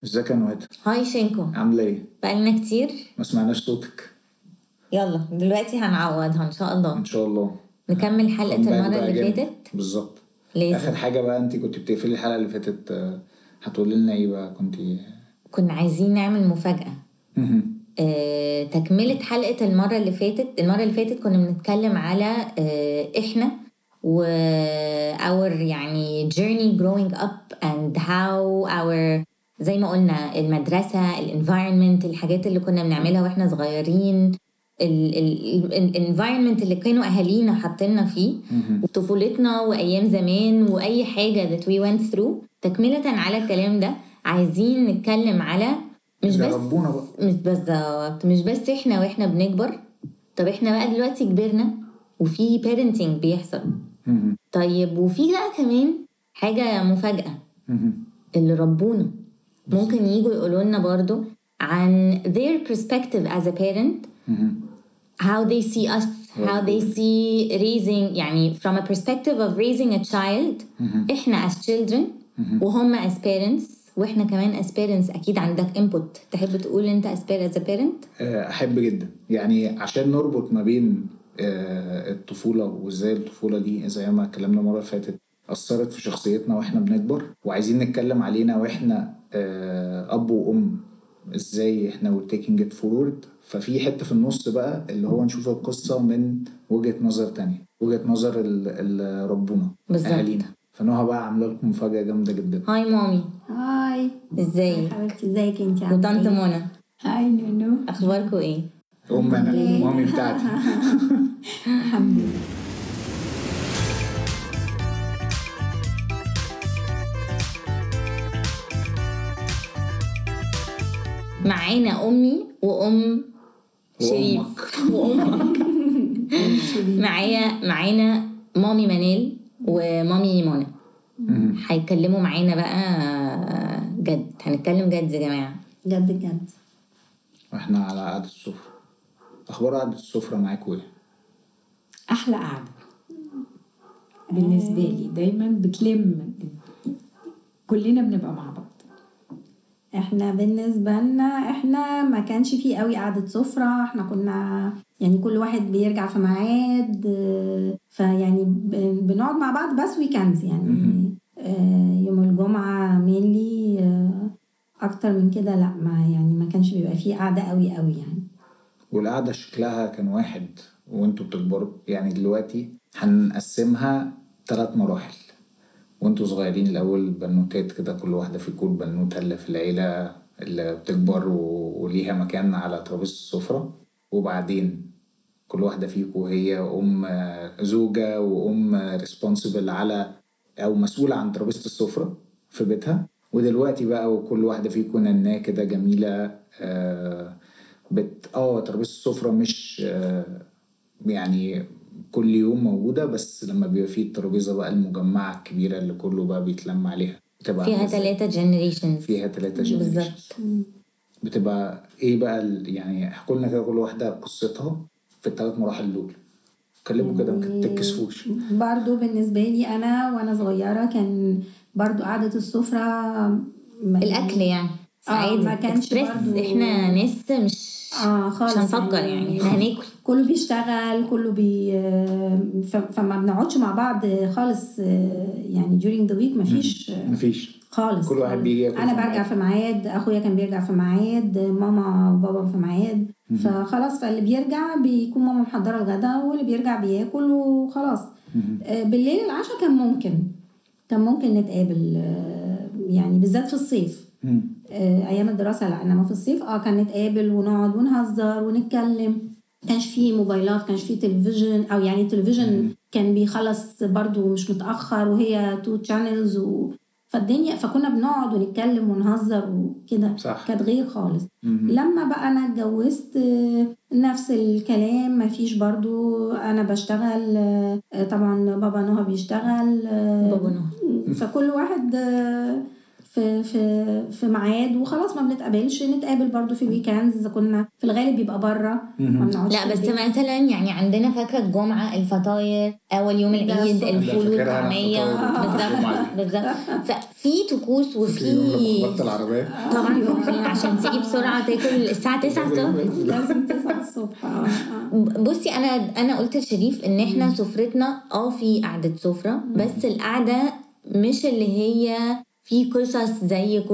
ازيك يا نوهاد؟ هاي شينكو، عامله ايه؟ بقالنا كتير. ما سمعناش صوتك. يلا دلوقتي هنعوضها ان شاء الله. ان شاء الله نكمل حلقة المرة اللي جامد. فاتت. بالظبط. لازم. اخر حاجه بقى، انت كنت بتقفلي الحلقه اللي فاتت، هتقولي لنا ايه بقى؟ كنا عايزين نعمل مفاجأة. تكملة حلقة المرة اللي فاتت كنا بنتكلم على احنا و our يعني journey growing up and how our زي ما قلنا المدرسة الانفايرمنت الحاجات اللي كنا بنعملها واحنا صغيرين، الانفايرمنت اللي كانوا اهالينا حاطيننا فيه، وطفولتنا وايام زمان واي حاجة that we went through. تكملة على الكلام ده عايزين نتكلم على مش بس احنا واحنا بنكبر. طب احنا بقى دلوقتي كبرنا وفي parenting بيحصل. طيب وفي بقى كمان حاجة مفاجأة، اللي ربونا ممكن ييجوا يقولوا لنا برضو عن their perspective as a parent, how they see us, how they see raising, يعني from a perspective of raising a child. احنا as children وهم as parents، واحنا كمان as parents. اكيد عندك input تحب تقول انت as a parent؟ احب جدا، يعني عشان نربط ما بين الطفوله وازاي الطفوله دي زي ما اتكلمنا المره اللي فاتت اثرت في شخصيتنا واحنا بنكبر، وعايزين نتكلم علينا واحنا اب وام ازاي احنا we're taking it forward. ففي حته في النص بقى اللي هو نشوف القصه من وجهه نظر تانية، وجهه نظر ربنا اهالينا. فنوها بقى عامله لكم مفاجاه جامده جدا. هاي مامي. هاي ازيك حبيبتي؟ ازيك انت؟ وطنط منى. هاي نونو، اخباركم ايه؟ انا مامي بتاعتي الحمد لله. معانا امي وام شريف وامك. معانا مامي منال ومامي منى. هيتكلموا معانا بقى جد، هنتكلم جد يا جماعه، جد. واحنا على قعده السفره. اخبار قعده السفره معاكم ايه؟ احلى قعده بالنسبه لي، دايما بتلم كلنا بنبقى مع بعض. احنا بالنسبه لنا احنا ما كانش فيه قوي قعده سفره، احنا كنا يعني كل واحد بيرجع في ميعاد، فيعني بنقعد مع بعض بس ويكندز يعني يوم الجمعه مينلي، اكتر من كده لا، ما كانش بيبقى فيه قعده قوي يعني. والقعده شكلها كان واحد وانتوا بتكبروا، يعني دلوقتي هنقسمها 3 مراحل. وانتوا صغيرين الاول بنوتات كده، كل واحده فيكم البنوته اللي في العيله اللي بتكبر وليها مكان على ترابيزه السفره. وبعدين كل واحده فيكم هي ام، زوجه وام ريسبونسبل على او مسؤوله عن ترابيزه السفره في بيتها. ودلوقتي بقى وكل واحده فيكم نناه كده جميله، ترابيزه السفره مش يعني كل يوم موجودة، بس لما بيبقى فيه الترابيزة بقى المجمعة الكبيرة اللي كله بقى بيتلم عليها، فيها 3 generations. فيها 3 generations بالظبط. بتبقى ايه بقى يعني احكوا لنا كده كل واحدة قصتها في ال3 مراحل دول. كلموا كده ما تتكسفوش. برضو بالنسبة لي أنا وأنا صغيرة كان برضو قعدة السفرة الأكل يعني عادي، ما كانش برضو احنا ناس مش خالص، مش هنفكر يعني احنا هناكل، كله بيشتغل كله فما بنقعدش مع بعض خالص يعني during the week مفيش خالص. كل واحد بيجي ياكل، انا برجع في ميعاد، اخويا كان بيرجع في ميعاد، ماما وبابا في ميعاد، فخلاص فاللي بيرجع بيكون ماما محضره الغداء واللي بيرجع بياكل وخلاص. بالليل العشاء كان ممكن نتقابل، يعني بالذات في الصيف. ايام الدراسه لا، انما في الصيف كان نتقابل ونقعد ونهزر ونتكلم. كانش فيه موبايلات، كانش فيه تلفزيون، او يعني التلفزيون كان بيخلص برضو مش متاخر وهي 2 channels فالدنيا، فكنا بنقعد ونتكلم ونهزر وكده. كانت غير خالص. لما بقى انا اتجوزت نفس الكلام، مفيش برضو. انا بشتغل طبعا، بابا نوها بيشتغل، بابا نوها، فكل واحد في ميعاد وخلاص، ما بنتقابلش، نتقابل برضو في الويكندز اذا كنا في الغالب بيبقى بره ما بنقعدش. لا بس مثلا يعني عندنا فاكره الجمعه الفطاير، اول يوم العيد الفول والطعميه. بالظبط. ففي طقوس وفي العربيه طبعا فاكرين عشان تيجي بسرعه تاكل الساعه 9 الصبح. لازم 9 الصبح. بصي انا قلت لشريف ان احنا سفرتنا في قعده سفره، بس القعده مش اللي هي في قصص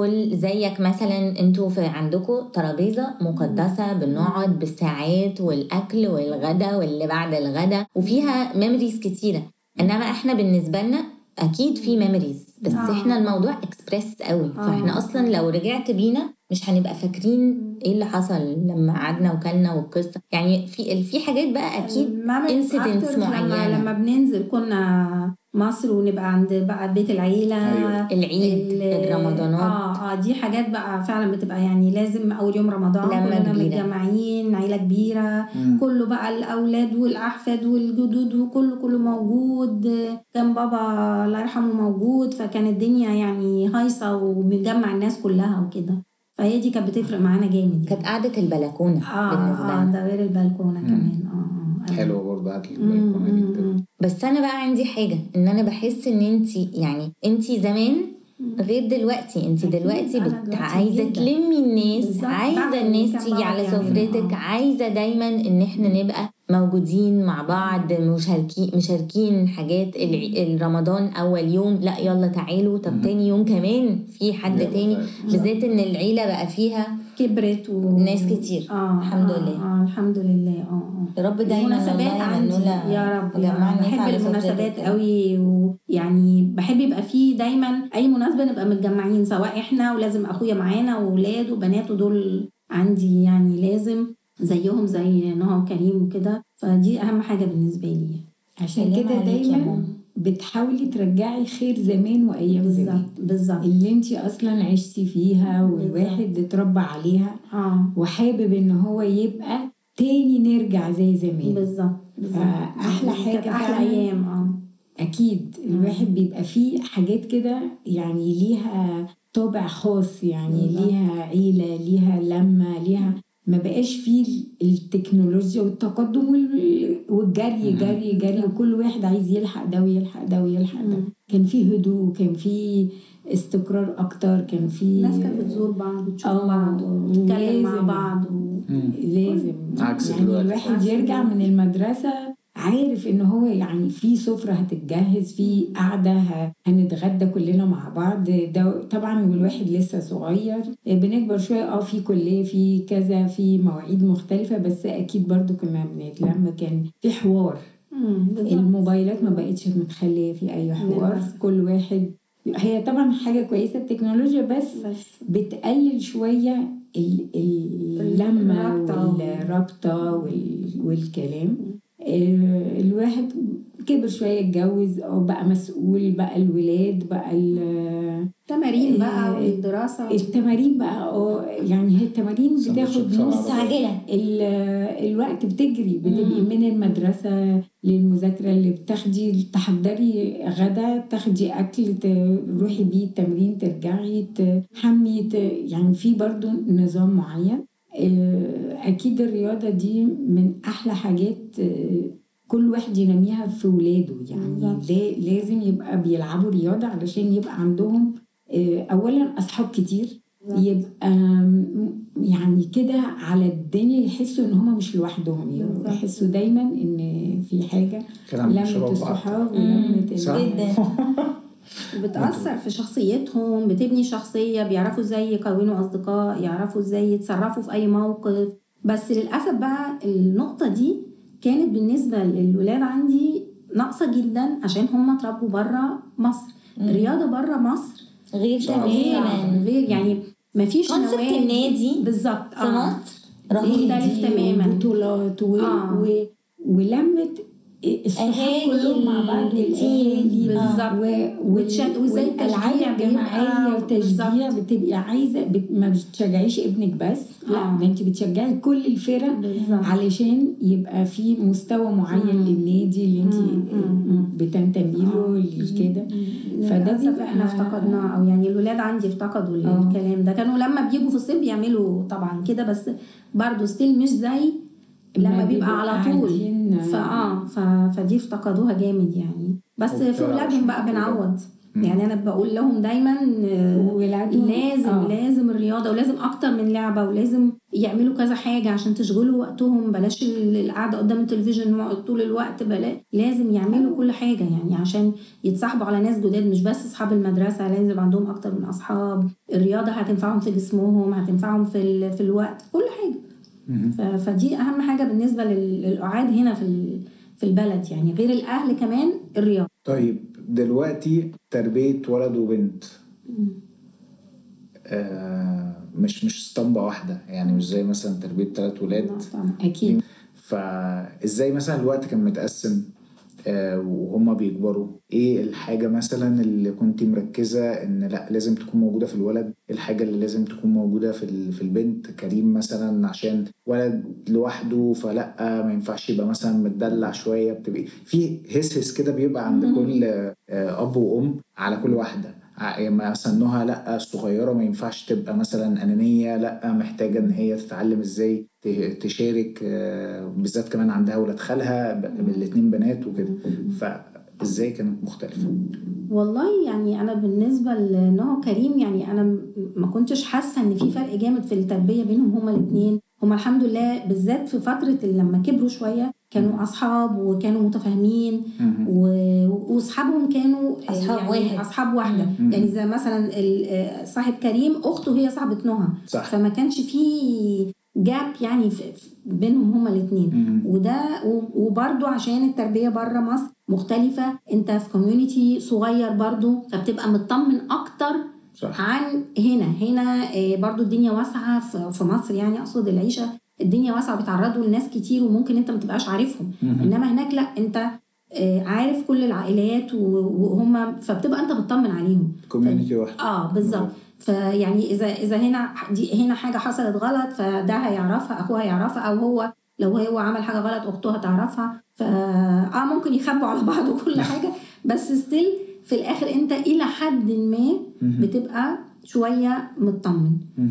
زيك مثلا انتوا في عندكم ترابيزه مقدسه بنقعد بالساعات والاكل والغدا واللي بعد الغدا وفيها ميموريز كتيره. انما احنا بالنسبه لنا اكيد في ميموريز، بس احنا الموضوع اكسبريس قوي، فاحنا اصلا لو رجعت بينا مش هنبقى فاكرين ايه اللي حصل لما قعدنا وكلنا والقصه. يعني في حاجات بقى اكيد انسيدنتس معينه. لما بننزل كنا مصر ونبقى عند بقى بيت العيله. أيوة. العيد الرمضانات دي حاجات بقى فعلا بتبقى يعني لازم اول يوم رمضان كلنا متجمعين، عيله كبيره. كله بقى الاولاد والاحفاد والجدود وكله موجود. كان بابا الله يرحمه موجود، فكانت الدنيا يعني هايصه وبنجمع الناس كلها وكده. فهي دي كانت بتفرق معانا جامد. كانت قعده البلكونه بالنسبه لنا. ده غير البلكونه كمان. حلوه برضه قعده البلكونه جدا. بس انا بقى عندي حاجه ان انا بحس ان انتي زمان غير دلوقتي. انتي دلوقتي عايزه تلمي الناس، عايزه الناس تيجي على سفرتك، عايزه دايما ان احنا نبقى موجودين مع بعض، مشاركين حاجات. رمضان اول يوم لا يلا تعالوا، طب تاني يوم كمان في حد تاني، بالذات ان العيله بقى فيها كبرت وناس كتير. الحمد لله. الحمد لله. يا رب دايما المناسبات عندي يا رب بحب المناسبات قوي، ويعني بحب يبقى فيه دايما اي مناسبه نبقى متجمعين، سواء احنا ولازم اخويا معانا واولاده وبناته، دول عندي يعني لازم زيهم زي نهى وكريم وكده. فدي اهم حاجه بالنسبه لي. عشان كده دايما بتحاولي ترجعي خير زمان وايام زمان بالظبط اللي انتي اصلا عشتي فيها والواحد اتربى عليها. وحابب ان هو يبقى تاني نرجع زي زمان. بالظبط. احلى حاجه، احلى ايام. اكيد الواحد بيبقى فيه حاجات كده يعني ليها طابع خاص، يعني ليها عيله، ليها لمه، ليها ما بقاش فيه التكنولوجيا والتقدم والجري جري جري، وكل واحد عايز يلحق ده ويلحق ده ويلحق ده. كان فيه هدوء، كان فيه استقرار اكتر، كان فيه ناس كانت بتزور بعض وتشوف بعض وتتكلم مع بعض لازم عكس يعني الواحد يرجع من المدرسة عارف ان هو يعني في سفرة هتتجهز، في قعدة هنتغدى كلنا مع بعض. ده طبعا والواحد لسه صغير، بنكبر شوية في كلية، في كذا، في مواعيد مختلفة، بس اكيد برضو كنا بنتلم، كان في حوار. الموبايلات ما بقتش متخلية في اي حوار، كل واحد هي طبعا حاجة كويسة التكنولوجيا، بس بتقلل شوية اللمة والرابطة والكلام. الواحد كبر شوية، اتجوز أو بقى مسؤول، بقى الولاد، بقى التمارين بقى والدراسة. التمارين بقى يعني هي التمارين بتاخد نص عجلة. الوقت بتجري، بتبقي من المدرسة للمذاكرة اللي بتاخدي، تحضري غدا، تاخدي أكل، تروحي بيه التمرين، ترجعي تحمي، يعني في برضو نظام معين. أكيد الرياضة دي من أحلى حاجات كل واحد ينميها في ولاده، يعني لازم يبقى بيلعبوا رياضة علشان يبقى عندهم أولا أصحاب كتير، يبقى يعني كده على الدنيا، يحسوا إن هما مش لوحدهم، يحسوا دايما إن في حاجة، لمة الصحاب ولمة جدا بتأثر في شخصيتهم، بتبني شخصية، بيعرفوا ازاي يكونوا أصدقاء، يعرفوا ازاي يتصرفوا في أي موقف. بس للأسف بقى النقطة دي كانت بالنسبة للولاد عندي ناقصة جدا، عشان هم اتربوا برا مصر. الرياضة برا مصر غير تماما، غير يعني مفيش نوادي النادي بالظبط في مصر مختلف تماما، بطولات ولمة الصحاب كلهم مع بعض، الاهالي بالظبط، وازاي والالعاب الجماعيه والتشجيع، بتبقي عايزه ما بتشجعيش ابنك بس، لا ده انت بتشجعي كل الفرق علشان يبقى في مستوى معين للنادي اللي انت بتنتمي له كده. فده احنا افتقدناه، او يعني الولاد عندي افتقدوا الكلام ده. كانوا لما بيجوا في الصيف بيعملوا طبعا كده، بس برضو ستيل مش زي لما بيبقى على طول. فدي افتقدوها جامد يعني. بس في ولادهم بقى بنعوض. يعني انا بقول لهم دايما لازم الرياضه، ولازم اكتر من لعبه، ولازم يعملوا كذا حاجه عشان تشغلوا وقتهم. بلاش القعده قدام التلفزيون طول الوقت، لازم يعملوا كل حاجه يعني عشان يتصاحبوا على ناس جداد، مش بس اصحاب المدرسه، لازم يبقى عندهم اكتر من اصحاب. الرياضه هتنفعهم في جسمهم، هتنفعهم في الوقت، كل حاجه. فدي اهم حاجه بالنسبه للقعاد هنا في البلد يعني، غير الاهل كمان الرياضه. طيب دلوقتي تربيه ولد وبنت مش اسطمبه واحده يعني، مش زي مثلا تربيه 3 ولاد. اكيد. فازاي مثلا الوقت كان متقسم وهما بيكبروا؟ ايه الحاجة مثلا اللي كنت مركزة ان لا لازم تكون موجودة في الولد، الحاجة اللي لازم تكون موجودة في البنت؟ كريم مثلا عشان ولد لوحده فلا ما ينفعش يبقى مثلا متدلع شوية، بتبقى في هس كده بيبقى عند كل اب وام على كل واحدة. مثلا نهى لا الصغيرة ما ينفعش تبقى مثلا أنانية، لا محتاجة ان هي تتعلم ازاي تشارك، بالذات كمان عندها ولاد خالها الاتنين بنات وكده. فازاي كانت مختلفة؟ والله يعني انا بالنسبة لنهى كريم يعني انا ما كنتش حاسة ان في فرق جامد في التربية بينهم هما الاتنين. هما الحمد لله بالذات في فترة لما كبروا شوية كانوا أصحاب وكانوا متفاهمين، وأصحابهم كانوا أصحاب واحدة. يعني زي مثلا صاحب كريم أخته هي صاحبة نهى، فما كانش فيه جاب يعني بينهم هما الاثنين. وده وبرضو عشان التربية بره مصر مختلفة، انت في كوميونيتي صغير برضو، فبتبقى مطمن أكتر عن هنا برضو الدنيا واسعة في مصر يعني، أقصد العيشة الدنيا واسعة، بيتعرضوا لناس كتير وممكن انت ما تبقاش عارفهم. انما هناك لا، انت عارف كل العائلات وهم، فبتبقى انت بتطمن عليهم كوميونيتي واحد. بالظبط. فيعني اذا هنا حاجه حصلت غلط، فده هيعرفها، اخوها هيعرفها، او هو لو هو عمل حاجه غلط اخته هتعرفها. ممكن يخبوا على بعض وكل حاجه، بس ستيل في الاخر انت الى حد ما بتبقى شويه مطمن.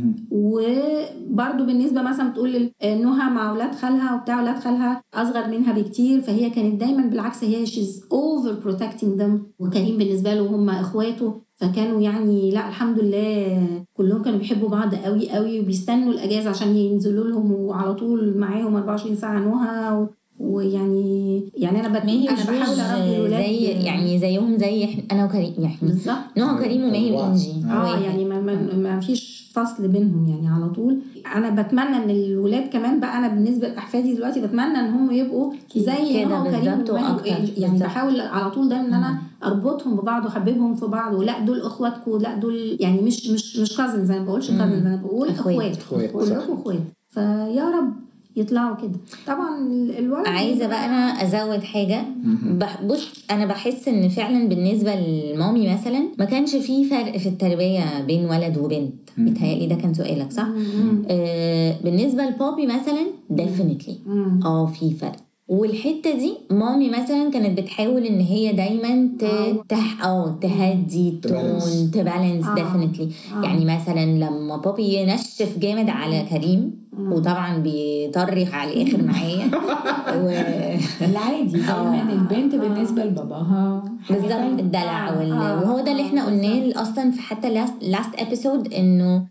وبرده بالنسبه مثلا تقول نهى مع اولاد خالها وبتاع، اولاد خالها اصغر منها بكتير، فهي كانت دايما بالعكس هي she's over protecting them. وكريم بالنسبه له هم اخواته، فكانوا يعني لا الحمد لله كلهم كانوا بيحبوا بعض قوي قوي، وبيستنوا الاجازه عشان ينزلوا لهم وعلى طول معاهم 24 ساعه نهى. ويعني انا بحاول اربي الولاد يعني زيهم زي انا وكريم يعني. بالظبط، نهى وكريم وماهي وانجي يعني ما فيش فصل بينهم يعني على طول. انا بتمنى ان الولاد كمان بقى، انا بالنسبه لاحفادي دلوقتي بتمنى ان هم يبقوا زي نهى وكريم يعني بحاول على طول دايما ان انا اربطهم ببعض واحببهم في بعض، ولا دول اخواتكم، لا دول يعني مش كازن، زي ما بقولش كازن، انا بقول اخوات كلكم اخوات. فيا رب يطلعوا كده. طبعا الولد عايزه بقى انا ازود حاجه. بص انا بحس ان فعلا بالنسبه لمامي مثلا ما كانش في فرق في التربيه بين ولد وبنت. بيتهيألي ده كان سؤالك صح؟ بالنسبه لبابي مثلا definitely في فرق. والحته دي مامي مثلا كانت بتحاول ان هي دايما تهدي التون، تبالانس definitely. يعني مثلا لما بابي ينشف جامد على كريم وطبعا بيطرخ على الاخر معايا العادي دايما البنت بالنسبه لباباها بالظبط الدلع وهو ده اللي احنا قلناه اصلا في حتى last episode، انه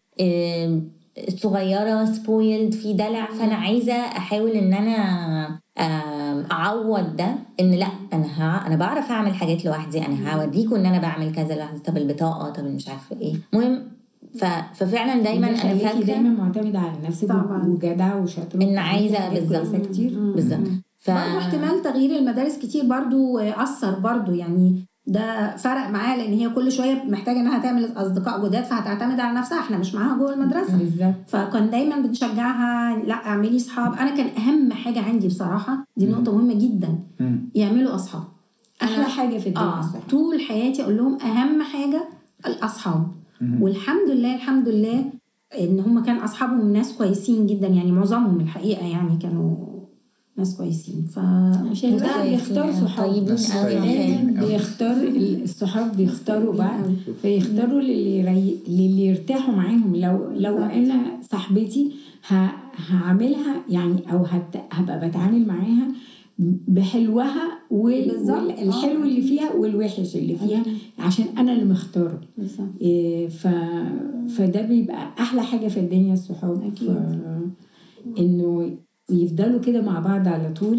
الصغيره سبويلد في دلع. فانا عايزه احاول ان انا اعوض ده، ان لا انا بعرف اعمل حاجات لوحدي، انا هوريكم ان انا بعمل كذا لوحدي. طب البطاقه، طب مش عارفه ايه مهم. ففعلا دايما انا فاكره دايما معتمده على نفسك وجدع وشاطره ان عايزه بالظبط برضو احتمال تغيير المدارس كتير برضو اثر برضو يعني. ده فرق معاها، لان هي كل شويه محتاجه انها تعمل اصدقاء جداد، فهتعتمد على نفسها، احنا مش معاها جوه المدرسه. بالظبط. فكان دايما بنشجعها لا اعملي اصحاب. انا كان اهم حاجه عندي بصراحه، دي نقطه مهمه جدا، يعملوا اصحاب. احلى حاجه في الدنيا الصراحة. طول حياتي اقول لهم اهم حاجه الاصحاب. والحمد لله الحمد لله ان هم كان اصحابهم ناس كويسين جدا، يعني معظمهم الحقيقه يعني كانوا ناس كويسين. عشان الواحد بيختار صحاب طيبين قوي، بيختار الصحاب، بيختاروا بعض، فيختاروا للي يرتاحوا معاهم. لو انا صاحبتي هعملها يعني، او هبقى بتعامل معاها بحلوها والحلو اللي فيها والوحش اللي فيها، عشان انا اللي مختاره. فده بيبقى احلى حاجه في الدنيا الصحاب، انه يفضلوا كده مع بعض على طول.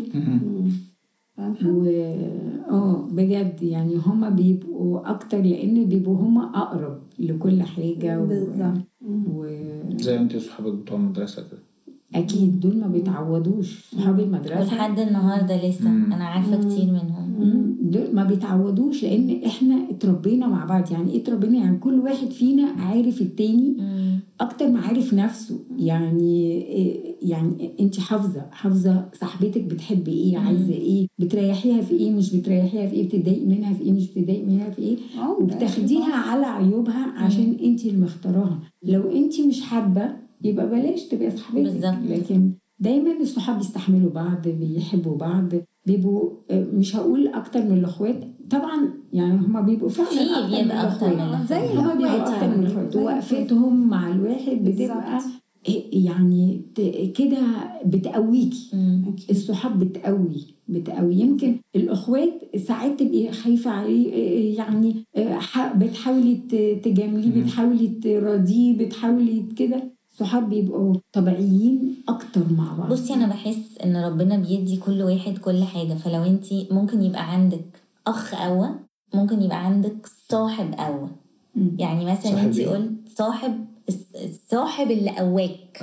بجد يعني هما بيبقوا اكتر، لان بيبقوا هما اقرب لكل حاجه. زي انت صحابك بتوع المدرسه كده، اكيد دول ما بيتعوضوش. صحاب المدرسه ولحد النهارده لسه انا عارفه كتير منهم. دول ما بيتعوضوش، لان احنا اتربينا مع بعض. يعني ايه اتربينا؟ يعني كل واحد فينا عارف التاني اكتر ما عارف نفسه. يعني انت حافظه صاحبتك بتحب ايه، عايزه ايه، بتريحيها في ايه، مش بتريحيها في ايه، بتضايق منها في ايه، مش بتضايق منها في ايه، وبتاخديها على عيوبها عشان انت اللي مختاراها. لو انت مش حابه يبقى بلاش تبقى صاحبتك. لكن دايما الصحاب بيستحملوا بعض، بيحبوا بعض، بيبقوا مش هقول اكتر من الاخوات طبعا، يعني هما بيبقوا فعلا اكتر من الاخوات، زي هما بيبقوا اكتر من الاخوات، ووقفتهم مع الواحد بتبقى يعني كده بتقويكي. الصحاب بتقوي. يمكن الاخوات ساعات تبقي خايفه عليه، يعني بتحاولي تجامليه، بتحاولي تراضيه، بتحاولي كده. صحاب بيبقوا طبيعيين اكتر مع بعض. بصي انا بحس ان ربنا بيدي كل واحد كل حاجه. فلو انتي ممكن يبقى عندك اخ قوي، ممكن يبقى عندك صاحب قوي. يعني مثلا انتي قلت الصاحب اللي قواك،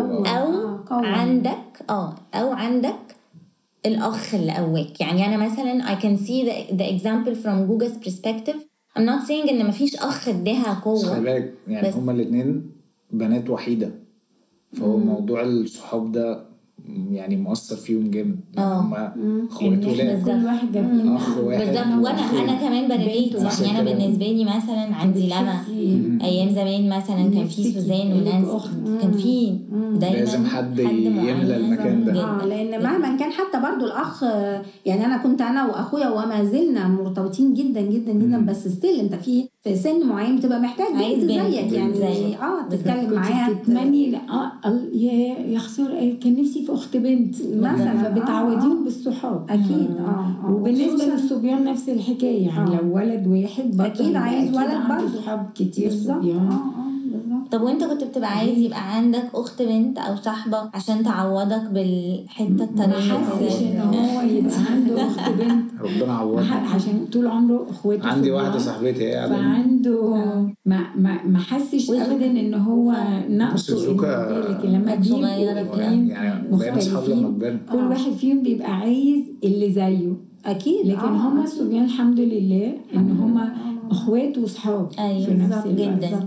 او عندك الاخ اللي قواك. يعني انا مثلا I can see the example from Google's perspective. I'm not saying ان مفيش اخ اديها قوه، خلي بالك يعني هما الاثنين بنات وحيده، فهو موضوع الصحاب ده يعني مؤثر فيهم جامد. هما اخوات ولاد، كل واحد اخ واحد بالظبط. وانا كمان بريليت. يعني انا بالنسبه لي مثلا عندي لما ايام زمان مثلا كان في سوزان ونانسي، كان في دايما لازم حد يملى المكان ده. لان مهما كان حتى برضو الاخ، يعني انا كنت انا واخويا وما زلنا مرتبطين جدا جدا جدا، بس ستيل انت في سن معين بتبقى محتاج بنت زيك، يعني تتكلم معاها، تتمني يا خساره كان نفسي في اخت بنت مثلا، فبتعوديهم بالصحاب. اكيد. وبالنسبه للصبيان نفس الحكايه، يعني لو ولد واحد اكيد عايز ولد برضه، صحاب كتير صبيان. طب وانت كنت بتبقى عايز يبقى عندك اخت بنت او صاحبه عشان تعوضك بالحته الطريه؟ ما حسش ان هو يبقى عنده اخت بنت، ربنا عوضه، عشان طول عمره اخواته. عندي واحده صاحبتي فعنده ما حسش ابدا ان هو ناقصه. لكن لما بيبقوا يعني مختلفين كل واحد فيهم بيبقى عايز اللي زيه. اكيد. لكن هما الصبيان الحمد لله ان هما اخوات واصحاب في نفس الوقت.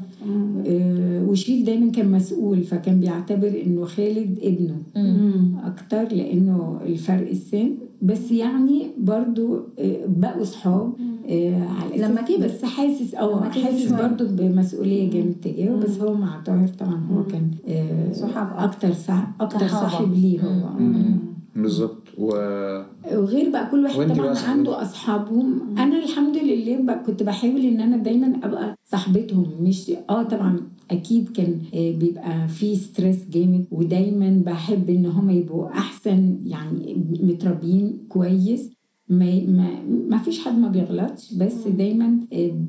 وشريف دايما كان مسؤول، فكان بيعتبر انه خالد ابنه اكتر لانه الفرق السن. بس يعني برضو بقوا صحاب على لما كبر، بس حاسس برضو بمسؤوليه جامد تجاهه. بس هو مع طاهر طبعا هو كان صحاب اكتر صاحب ليه هو. بالظبط. وغير بقى كل واحد طبعا عنده اصحابهم. انا الحمد لله بقى كنت بحاول ان انا دايما ابقى صاحبتهم، مش طبعا اكيد كان بيبقى في ستريس جامد، ودايما بحب ان هم يبقوا احسن، يعني متربيين كويس. ما فيش حد ما بيغلطش، بس دايما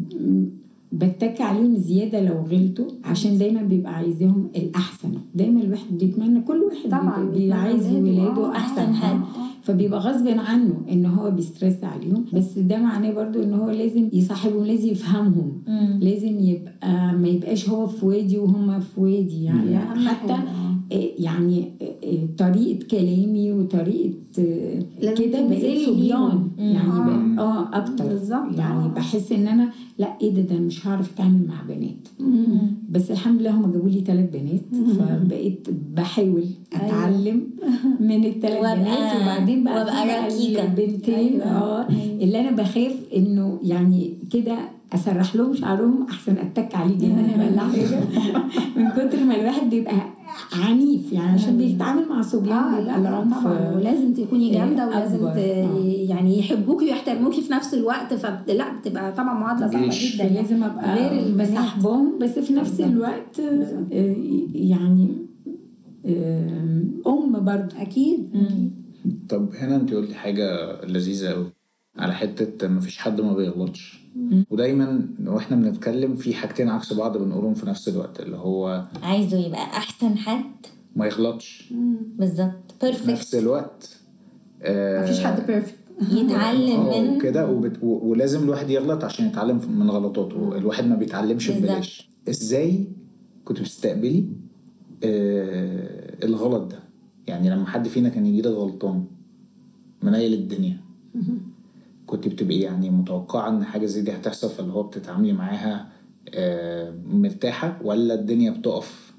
بتك عليهم زيادة لو غلطوا، عشان دايما بيبقى عايزهم الأحسن. دايما الواحد بيتمنى، كل واحد بيبقى عايز ولاده أحسن حد، فبيبقى غصب عنه إن هو بيسترس عليهم. بس ده معناه برضو إن هو لازم يصاحبهم، لازم يفهمهم، لازم يبقى ما يبقاش هو في وادي وهم في وادي. يعني حتى يعني طريقه كلامي وطريقه كده بقيت صبيان يعني اكتر بالظبط. يعني بحس ان انا لا ايه ده مش هعرف اتعامل مع بنات. بس الحمد لله هم جابوا لي 3 بنات فبقيت بحاول اتعلم من ال3 بنات وبعدين بقى البنتين اللي انا بخاف انه يعني كده اسرح لهم شعرهم احسن اتك عليه جدا ولا حاجه من كتر ما الواحد بيبقى عنيف يعني عشان بيتعامل مع صبيان بيبقى العنف طبعا ولازم تكوني جامده ولازم يعني يحبوكي ويحترموكي في نفس الوقت فلا بتبقى طبعا معادله صعبه جدا. لازم ابقى غير مسحبهم بس في نفس الوقت يعني برضو اكيد. طب هنا انت قلتي حاجه لذيذه قوي على حته مفيش حد ما بيغلطش. ودايما واحنا بنتكلم في حاجتين عكس بعض بنقولهم في نفس الوقت اللي هو عايزه يبقى احسن حد ما يغلطش بالظبط في نفس الوقت مفيش حد بيرفكت يتعلم من كده ولازم الواحد يغلط عشان يتعلم من غلطاته. الواحد ما بيتعلمش ببلاش. ازاي كنت بتستقبلي الغلط ده؟ يعني لما حد فينا كان يجي لك غلطان منيل الدنيا كنت بتبقي يعني متوقعة ان حاجة زي دي هتحصل فاللي هو بتتعاملي معاها مرتاحة ولا الدنيا بتقف؟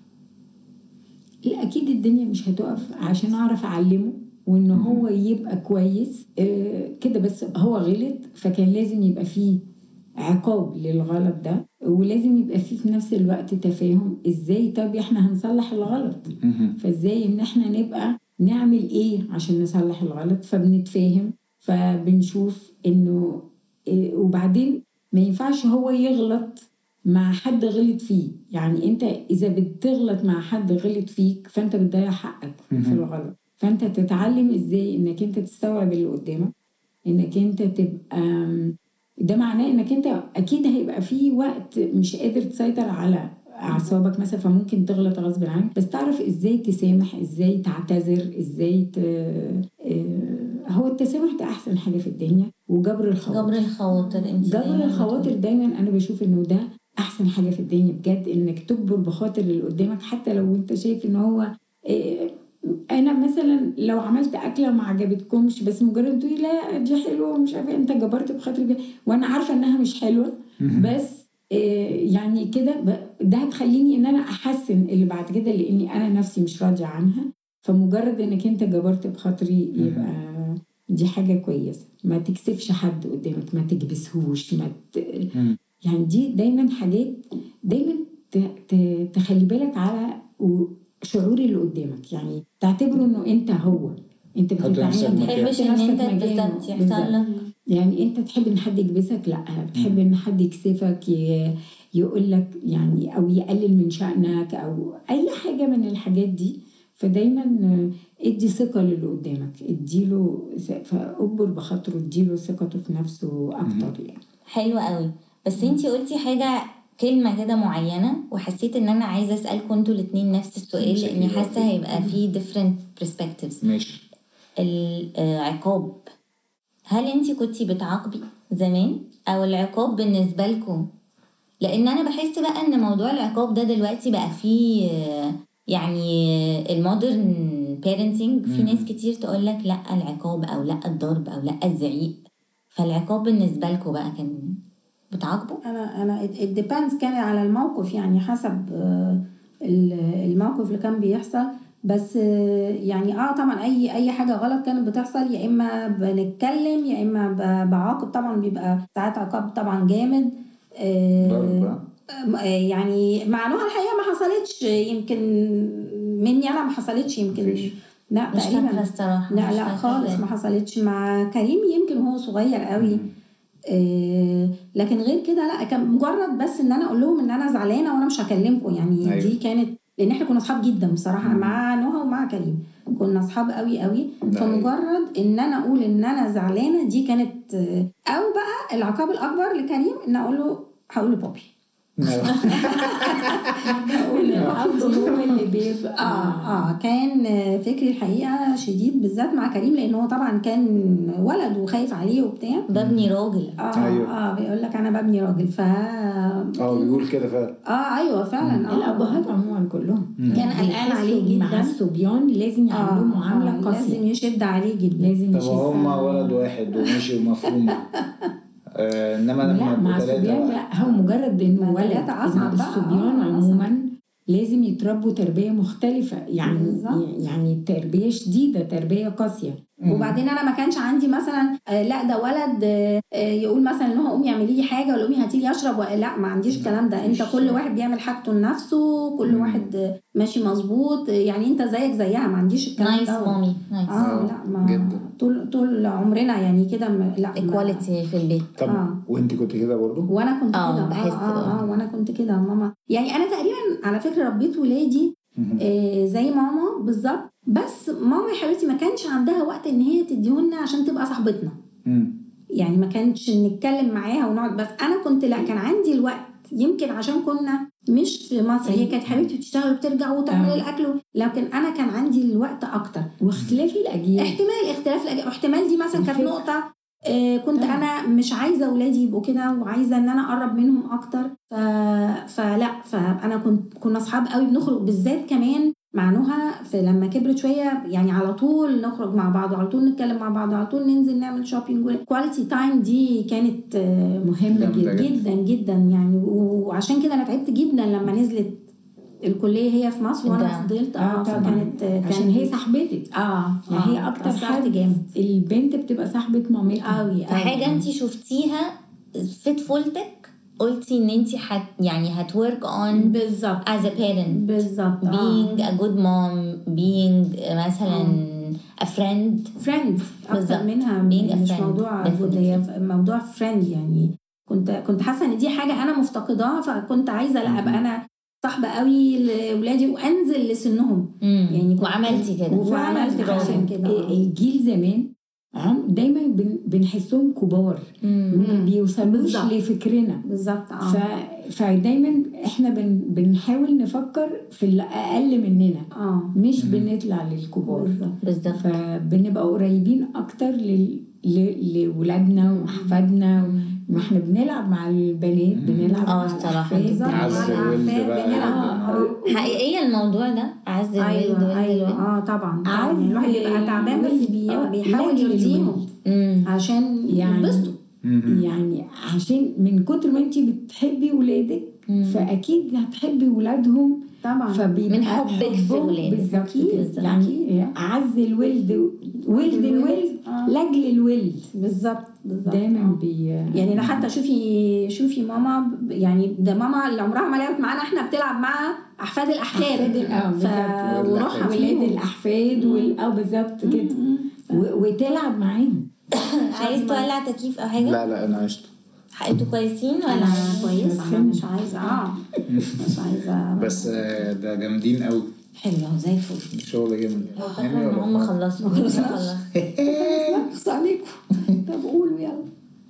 لا اكيد الدنيا مش هتقف عشان اعرف اعلمه وان هو يبقى كويس كده. بس هو غلط فكان لازم يبقى فيه عقاب للغلط ده ولازم يبقى فيه في نفس الوقت تفاهم ازاي طب احنا هنصلح الغلط فازاي ان احنا نبقى نعمل ايه عشان نصلح الغلط فبنتفاهم فبنشوف انه وبعدين ما ينفعش هو يغلط مع حد غلط فيه. يعني انت اذا بتغلط مع حد غلط فيك فانت بتضيع حقك في الغلط. فانت تتعلم ازاي انك انت تستوعب اللي قدامك انك انت تبقى ده معناه انك انت اكيد هيبقى في وقت مش قادر تسيطر على اعصابك مثلا فممكن تغلط غصب عنك بس تعرف ازاي تسامح ازاي تعتذر ازاي هو التسامح ده احسن حاجه في الدنيا وجبر الخواطر جبر الخواطر دايما انا بشوف انه ده احسن حاجه في الدنيا بجد انك تجبر بخاطر اللي قدامك حتى لو انت شايف ان هو انا مثلا لو عملت اكله وما عجبتكمش بس مجرد تقولي لا دي حلوه ومش عارفه انت جبرت بخاطري وانا عارفه انها مش حلوه بس يعني كده ده هتخليني ان انا احسن اللي بعد كده لاني انا نفسي مش راضيه عنها. فمجرد انك انت جبرت بخاطري يبقى دي حاجه كويسه. ما تكسفش حد قدامك ما تكبسهوش يعني دي دايما حاجات دايما تخلي بالك على شعور اللي قدامك يعني تعتبره انه انت انت بتتعامل ما تحبش ان انت بالظبط يحصل لك يعني انت تحب ان حد يكبسك لا تحب ان حد يكسفك يقول لك يعني او يقلل من شأنك او اي حاجه من الحاجات دي. فدايما ادي ثقه للي قدامك اديله فاجبر بخاطره اديله ثقته في نفسه اكتر يعني. حلو قوي. بس انتي قلتي حاجه كلمه كده معينه وحسيت ان انا عايزه اسالكم انتوا الاثنين نفس السؤال لاني حاسه هيبقى فيه different perspectives. ماشي. العقاب هل انتي كنتي بتعاقبي زمان او العقاب بالنسبه لكم؟ لان انا بحس بقى ان موضوع العقاب ده دلوقتي بقى فيه يعني المودرن بيرنتنج في ناس كتير تقول لك لا العقاب او لا الضرب او لا الزعيق. فالعقاب بالنسبه لكم بقى كان بتعاقبوا؟ انا it depends كان على الموقف يعني حسب الموقف اللي كان بيحصل. بس يعني طبعا اي حاجه غلط كانت بتحصل يا اما بنتكلم يا اما بعاقب. طبعا بيبقى ساعات عقاب طبعا جامد يعني مع نوع الحقيقه ما حصلتش يمكن مني انا ما حصلتش يمكن لا مش فاكره الصراحه لا خالص ما حصلتش مع كريم يمكن هو صغير قوي لكن غير كده لا كان مجرد بس ان انا اقول لهم ان انا زعلانه وانا مش هكلمكم يعني. أيوة. دي كانت لان احنا كنا اصحاب جدا بصراحه مع نهى ومع كريم كنا اصحاب قوي قوي. فمجرد ان انا اقول ان انا زعلانه دي كانت او بقى العقاب الاكبر لكريم ان اقول له هقول لبابي الأب هو اللي بيبقى كان فكري الحقيقه شديد بالذات مع كريم، لان هو طبعا كان ولد وخايف عليه وبتاع. ببني راجل. أيوه. بيقول لك انا ببني راجل. بيقول كده فعلا. ايوه فعلا. الابهات عموما كلهم كان قلقان عليه جدا. مع الصبيان لازم يعملوا معامله قاسيه، لازم يشد عليه جدا. لازم طب يشد. هما ولد واحد وماشي ومفهوم. انما لا لما مع يبقوا الصبيان ثلاثه لا، هو مجرد انه ولد. ثلاثة أصعب بقى. الصبيان عموما لازم يتربوا تربيه مختلفه، يعني بالظبط. يعني تربيه شديده، تربيه قاسيه. وبعدين انا ما كانش عندي مثلا لا ده ولد يقول مثلا ان هو قومي اعملي لي حاجه ولا قومي هاتي لي اشرب، لا ما عنديش الكلام ده. انت كل واحد بيعمل حاجته لنفسه، كل واحد ماشي مظبوط، يعني انت زيك زيها، ما عنديش الكلام نايس ده. مامي نايس. لا ما جدا. طول عمرنا يعني كده لا ايكواليتي في البيت. طب وانت كنت كده برضو؟ وانا كنت كده بحس وانا كنت كده ماما. يعني انا تقريبا على فكره ربيت ولادي زي ماما بالظبط، بس ماما يا حبيبتي ما كانش عندها وقت ان هي تديهولنا عشان تبقى صاحبتنا. يعني ما كانش نتكلم معاها ونقعد، بس انا كنت لا كان عندي الوقت، يمكن عشان كنا مش في مصر. هي كانت حبيبتي بتشتغل وبترجع وتعمل الاكل، لكن انا كان عندي الوقت اكتر. واختلاف الاجيال، اختلاف الاجيال، واحتمال دي مثلا كانت نقطه كنت انا مش عايزه اولادي يبقوا كده، وعايزه ان انا اقرب منهم اكتر. فانا كنا اصحاب قوي، بنخرج بالذات كمان مع نهى. لما كبرت شويه يعني على طول نخرج مع بعض، وعلى طول نتكلم مع بعض، وعلى طول ننزل نعمل شوبينج. كواليتي تايم دي كانت مهمه جدا جدا جدا يعني. وعشان كده انا تعبت جدا لما نزلت الكليه هي في مصر وانا فضلت. كانت عشان هي صاحبتك. يعني هي اكتر حد جامد. البنت بتبقى صاحبه مامتها قوي. حاجه انت شفتيها في طفولتك قلتي ان انت يعني هتwork on بالظبط as a parent. بالظبط. being a good mom, being مثلا a friend اكتر منها مش موضوع good، هي موضوع friend. يعني كنت حاسه ان دي حاجه انا مفتقداها، فكنت عايزه لا ابقى انا صاحبه قوي لاولادي وانزل لسنهم. يعني وعملتي كده وعملت عشان كده. الجيل زمان دايما بنحسهم كبار، ما بيوصلوش لفكرنا بالظبط. فدايما احنا بنحاول نفكر في الاقل مننا، مش بنطلع للكبار بالظبط. فبنبقى قريبين اكتر لولادنا واحفادنا. ما احنا بنلعب مع البنات، بنلعب مع الصراحه عز الولد بقى حقيقيه الموضوع ده. عز الولد ايوه طبعا. الواحد بيبقى تعبان بس بيحاول يرضيهم عشان ينبسطوا. يعني عشان من كتر ما انتي بتحبي ولادك فاكيد هتحبي ولادهم طبعا، من حبك في ولادك. بالظبط. يعني اعز الولد ولد الولد لاجل الولد. بالظبط دايما يعني انا حتى شوفي ماما، يعني ده ماما اللي عمرها ما لعبت معانا، احنا بتلعب مع احفاد الاحفاد وروحها ولاد الاحفاد بالظبط كده وتلعب معاهم. عايز تولع تكييف او حاجه؟ لا انا عشت. انتوا كويسين ولا؟ انا كويس، انا مش عايزه مش عايزه بس ده جامدين قوي. حلو زي الفل، شغل جامد. فاكره ان هم خلصوا. خلص عليكم. طب قولوا يلا.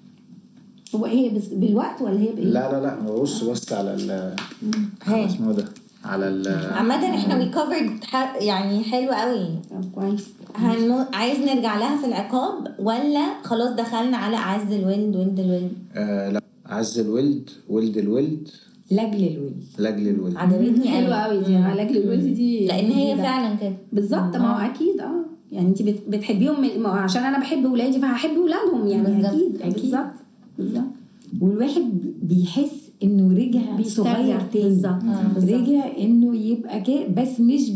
هو ايه بس بالوقت ولا هي بايه؟ لا بص على اسمه ده على عامة احنا we covered يعني حلو قوي. كويس. عايز نرجع لها في العقاب ولا خلاص دخلنا على عز الولد ولد الولد؟ لا عز الولد ولد الولد لاجل الولد. عجبتني حلوه قوي دي. لاجل الولد دي لان هي فعلا كده بالظبط. ما هو اكيد يعني انت بتحبيهم عشان انا بحب ولادي فهحب ولادهم يعني. اكيد بالظبط. والواحد بيحس انه رجع صغير تاني. رجع انه يبقى كده، بس مش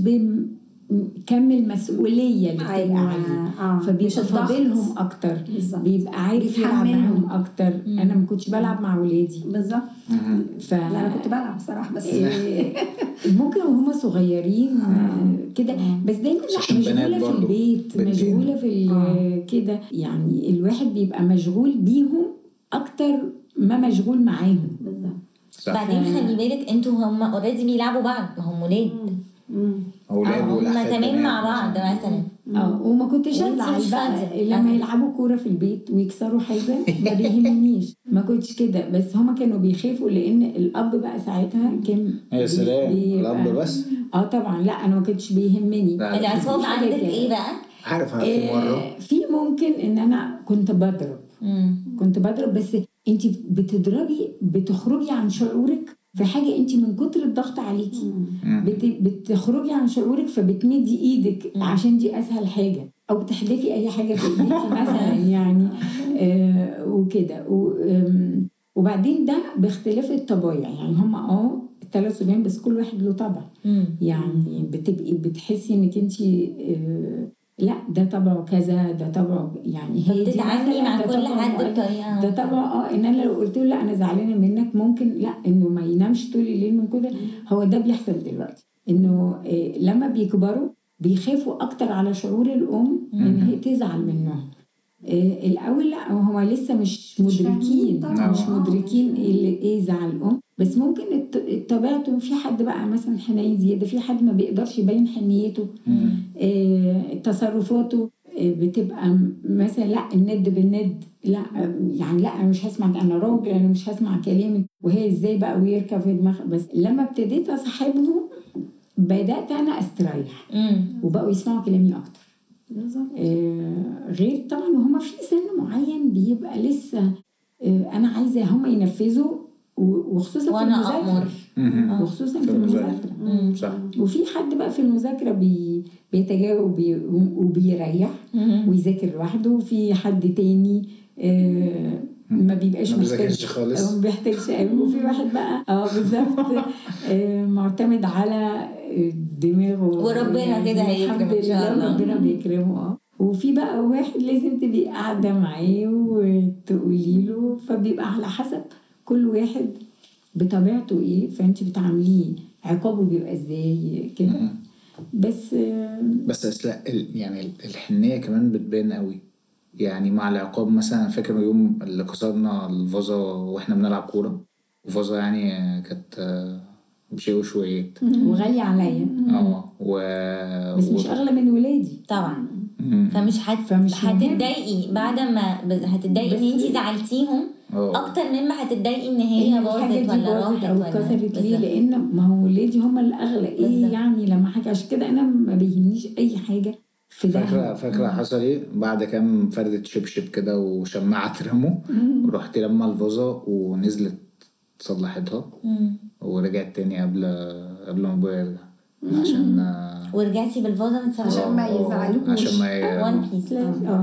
بكمل مسؤوليه اللي بتبقى عليه. فبيبقى فاضلهم اكتر، بيبقى عارف يلعب معاهم اكتر. انا ما كنتش بلعب مع ولادي بالظبط. انا كنت بلعب بصراحه، بس ممكن وهم صغيرين كده، بس دايما مشغوله في البيت، مشغوله في كده. يعني الواحد بيبقى مشغول بيهم اكتر ما مشغول معاهم. بالظبط. بعدين خلي بالك انتوا هم اوريدي بيلعبوا بعض، ما هم ولاد اولاد هم تمام مع بعض مثلا. وما كنتش ازعل بقى لما يلعبوا كوره في البيت ويكسروا حاجه ما بيهمنيش، ما كنتش كده. بس هما كانوا بيخافوا لان الاب بقى ساعتها كان يا سلام الاب بس. طبعا لا انا ما كنتش بيهمني. العصاب عندك ايه بقى؟ عارفها في مره في ممكن ان انا كنت بضرب بس انت بتخرجي عن شعورك في حاجه، انت من كتر الضغط عليكي بتخرجي عن شعورك فبتمدي ايدك عشان دي اسهل حاجه، او بتحدفي اي حاجه في ايديكي مثلا يعني وكده. وبعدين ده باختلاف الطبايع، يعني هم 3 صبيان بس كل واحد له طبع. يعني بتبقي بتحسي انك انت لا ده طبعه كذا، ده طبعه يعني هي دي بتتعاملي مع كل حد بطريقه. ده طبعه ان انا لو قلت له لا انا زعلانه منك ممكن لا انه ما ينامش طول الليل من كده. هو ده بيحصل دلوقتي انه لما بيكبروا بيخافوا اكتر على شعور الام ان هي تزعل منهم. الاول لا هو لسه مش مدركين ايه زعل الام، بس ممكن طبيعته. في حد بقى مثلا حنين زياده، في حد ما بيقدرش يبين حنيته، تصرفاته بتبقى مثلا لا الند بالند، لا يعني لا انا مش هسمع، انا راجل انا مش هسمع كلامك، وهي ازاي بقى ويركب في دماغها. بس لما ابتديت اصاحبهم بدات انا استريح وبقوا يسمعوا كلامي اكتر. غير طبعا وهم في سن معين بيبقى لسه انا عايزه هم ينفذوا، وخصوصا في المذاكره وخصوصا في المذاكره صح. وفي حد بقى في المذاكره بيتجاوب وبيريح ويذاكر لوحده، وفي حد تاني ما بيبقاش محتاج خالص، ما بيحتاجش قوي، وفي واحد بقى بالظبط معتمد على دماغه وربنا كده هيكرم ان شاء الله، ربنا بيكرمه. وفي بقى واحد لازم تبقي قاعده معاه وتقولي له، فبيبقى على حسب كل واحد بطبيعته ايه، فانت بتعامليه عقابه بيبقى ازاي كده. بس يعني الحنيه كمان بتبان قوي يعني مع العقاب. مثلا فاكر اليوم اللي كسرنا الفازة واحنا بنلعب كورة، الفازة يعني كانت بشيء وشويات وغالية عليا بس مش أغلى من ولادي طبعا. فمش هتتضايقي بعد ما هتتضايقي ان انتي زعلتيهم اكتر مما هتتضايقي ان هي باظت ولا راحت او كسرت ليه، لان ما هو ولادي هم الاغلى ايه يعني لما حاجه. عشان كده انا ما بيهمنيش اي حاجه في ده. فاكره حصل ايه بعد كام فردة شبشب كده وشماعة رموا، ورحت لما الفازة ونزلت صلحتها ورجعت تاني قبل ما ابويا يرجع عشان ورجعتي بالفازة عشان ما يزعلوش، عشان ما وان بيس.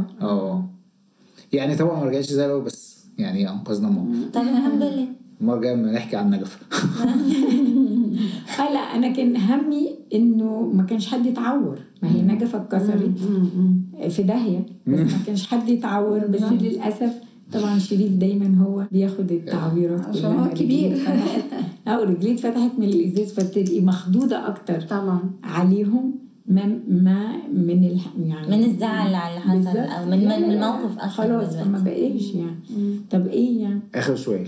يعني طبعا ما رجعتش زي الاول، بس يعني انقذنا موقف. طب الحمد لله. المره الجايه نحكي عن نجفة. لا انا كان همي انه ما كانش حد يتعور، ما هي نجفة اتكسرت في داهيه، بس ما كانش حد يتعور. بس للاسف طبعا شريف دايما هو بياخد التعويرات عشان هو كبير رجليه اتفتحت من الازاز، فتبقي مخضوضه اكتر طبعا عليهم ما من يعني من الزعل على اللي حصل او من الموقف اصلا خلاص فما بقاش يعني. طب ايه يعني اخر سؤال.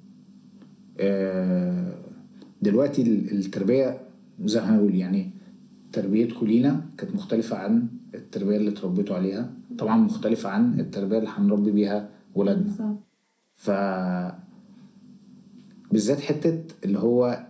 دلوقتي التربيه زي ما هنقول يعني تربيتكم لينا كانت مختلفه عن التربيه اللي اتربيتوا عليها، طبعا مختلفه عن التربيه اللي هنربي بيها ولادنا. ف بالذات حته اللي هو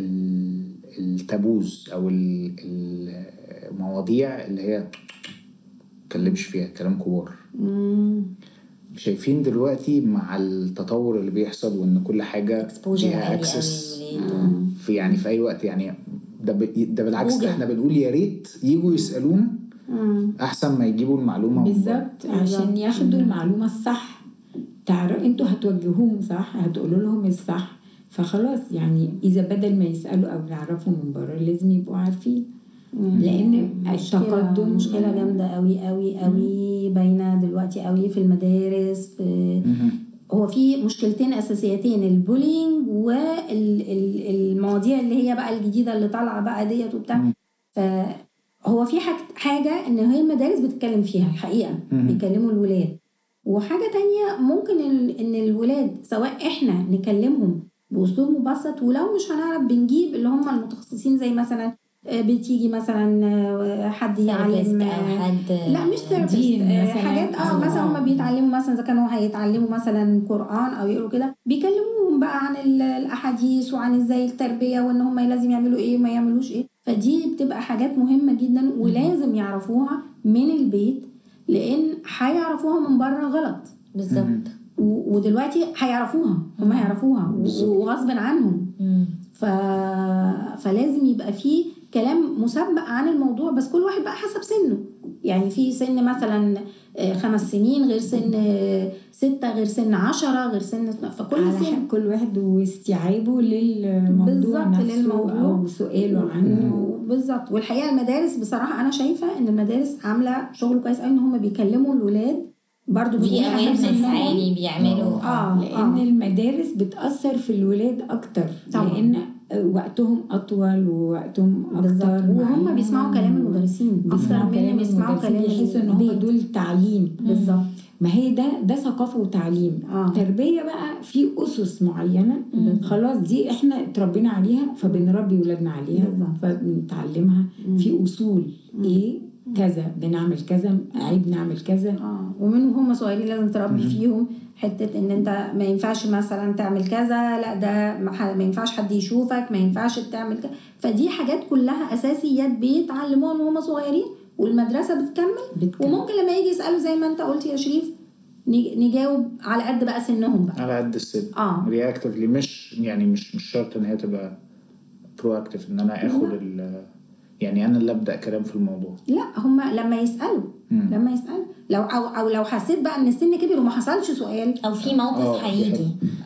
التابوز او المواضيع اللي هي متكلمش فيها، كلام كبار. شايفين دلوقتي مع التطور اللي بيحصل وان كل حاجه ليها اكسس في يعني في اي وقت، يعني ده بالعكس، ده احنا بنقول يا ريت يجوا يسالونا احسن ما يجيبوا المعلومه بالظبط عشان ياخدوا المعلومه الصح. تعرفوا انتوا هتوجهوهم صح، هتقولوا لهم الصح، فخلاص يعني اذا بدل ما يسالوا او يعرفوا من بره لازم يبقوا عارفين. لان التقدم مشكله جامده قوي قوي قوي باينه دلوقتي قوي في المدارس. هو في مشكلتين اساسيتين، البولينج والمواضيع اللي هي بقى الجديده اللي طالعه بقى ديت وبتاع. فهو في حاجه ان هي المدارس بتتكلم فيها الحقيقه، بيكلموا الولاد. وحاجه تانية ممكن ان الولاد سواء احنا نكلمهم باسلوب مبسط، ولو مش هنعرف بنجيب اللي هم المتخصصين زي مثلا بتيجي مثلا حد يعلم أو حد لا مش ثيرابيست، حاجات مثلا هم بيتعلموا مثلا اذا كانوا هيتعلموا مثلا قرآن او يقروا كده، بيكلموهم بقى عن الاحاديث وعن ازاي التربيه وان هم لازم يعملوا ايه وما يعملوش ايه. فدي بتبقى حاجات مهمه جدا ولازم يعرفوها من البيت، لان هيعرفوها من بره غلط. بالظبط. ودلوقتي هيعرفوها، هم هيعرفوها وغصب عنهم. فلازم يبقى فيه كلام مسبق عن الموضوع، بس كل واحد بقى حسب سنه. يعني في سن مثلا 5 سنين غير سن 6 غير سن 10 غير سن، فكل سن كل واحد واستيعابه للموضوع نفسه أو سؤاله عنه. بالظبط. والحقيقة المدارس بصراحة أنا شايفة إن المدارس عاملة شغل كويس قوي، إن هم بيكلموا الولاد برضو في أويرنس عالي بيعملوا لأن المدارس بتأثر في الولاد أكتر طبعا. لأن وقتهم أطول ووقتهم أكتر، وهم بيسمعوا كلام المدرسين أكتر من بيسمعوا كلام، بيحسوا إن هم دول تعليم. بالظبط. ما هي ده ثقافة وتعليم. تربية بقى في أسس معينة خلاص دي إحنا اتربينا عليها، فبنربي ولادنا عليها فبنتعلمها في أصول إيه كذا بنعمل كذا، عيب نعمل كذا. ومن هم صغيرين لازم تربي فيهم حتة ان انت ما ينفعش مثلا تعمل كذا، لا ده ما ينفعش حد يشوفك، ما ينفعش تعمل كذا. فدي حاجات كلها اساسيات بيتعلموها وهم صغيرين، والمدرسة بتكمل. وممكن لما يجي يسألوا زي ما انت قلت يا شريف نجاوب على قد بقى سنهم بقى، على قد السن. رياكتيفلي، مش شرط ان هي تبقى برواكتيف ان انا اخد يعني انا اللي ابدا كلام في الموضوع. لا هم لما يسالوا لو او لو حسيت بقى ان السن كبر وما حصلش سؤال او في موقف هيجي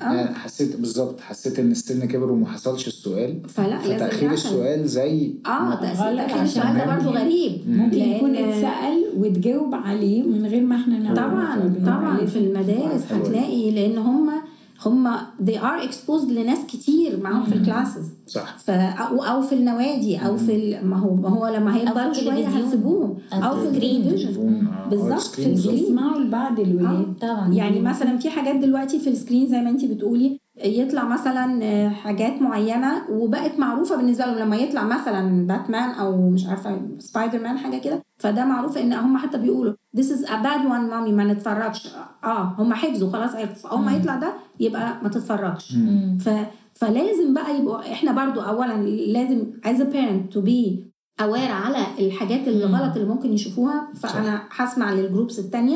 حسيت ان السن كبر وما حصلش السؤال، فتاخير السؤال زي تاخير السؤال ده برضه غريب. ممكن يكون اتسال وتجاوب عليه من غير ما احنا نعرف. طبعا في المدارس هتلاقي، لان هم they are exposed لناس كتير معاهم في الكلاسز، صح. او في النوادي او في ما هو لما هيكبروا شويه هيسيبوهم، او في التلفزيون. بالظبط، في السكرين يسمعوا لبعض الولاد طبعا. يعني مثلا في حاجات دلوقتي في السكرين زي ما انت بتقولي، يطلع مثلا حاجات معينه وبقت معروفه بالنسبه لهم. لما يطلع مثلا باتمان او مش عارفه سبايدر مان حاجه كده، فده معروف ان هم حتى بيقولوا this is a bad one mommy ما نتفرجش. هم حفظوا خلاص، اول ما يطلع ده يبقى ما تتفرجش. فلازم بقى يبقوا احنا برضو اولا لازم as a parent to be aware على الحاجات اللي غلط اللي ممكن يشوفوها. فانا هسمع للجروبس التانية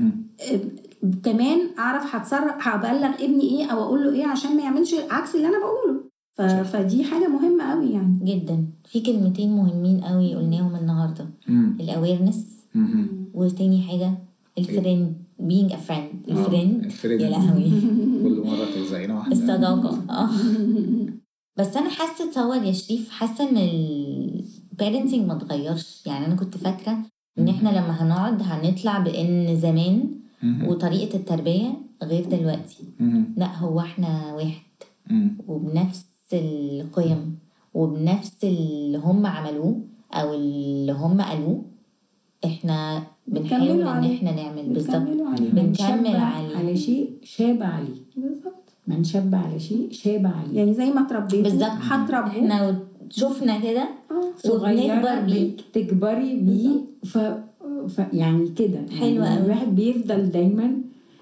كمان، اعرف هبلغ ابني ايه او اقول له ايه عشان ما يعملش عكس اللي انا بقوله. فدي حاجة مهمة قوي يعني جدا. في كلمتين مهمين قوي قلناهم النهاردة، الاويرنس، وتاني حاجة الفريند، being a friend. الفريند يا لهوي كل مرة تزعينا واحدة الصداقة. بس انا حاسة تصور يا شريف، حاسة ان البيرنتنج ما تغيرش. يعني انا كنت فاكرة ان احنا لما هنقعد هنطلع بان زمان وطريقة التربية غير دلوقتي. لا، هو احنا واحد وبنفس القيم وبنفس اللي هم عملوه او اللي هم قالوه، احنا بنحاول ان احنا نعمل بالظبط، بنكمل على شيء شاب عليه. بالظبط، من شاب على شيء شاب عليه. يعني زي ما تربيتوا بالظبط هتربوا. احنا شفنا كده صغيرة بيه تكبري بيه. يعني كده حلوة يعني الواحد بيفضل دايما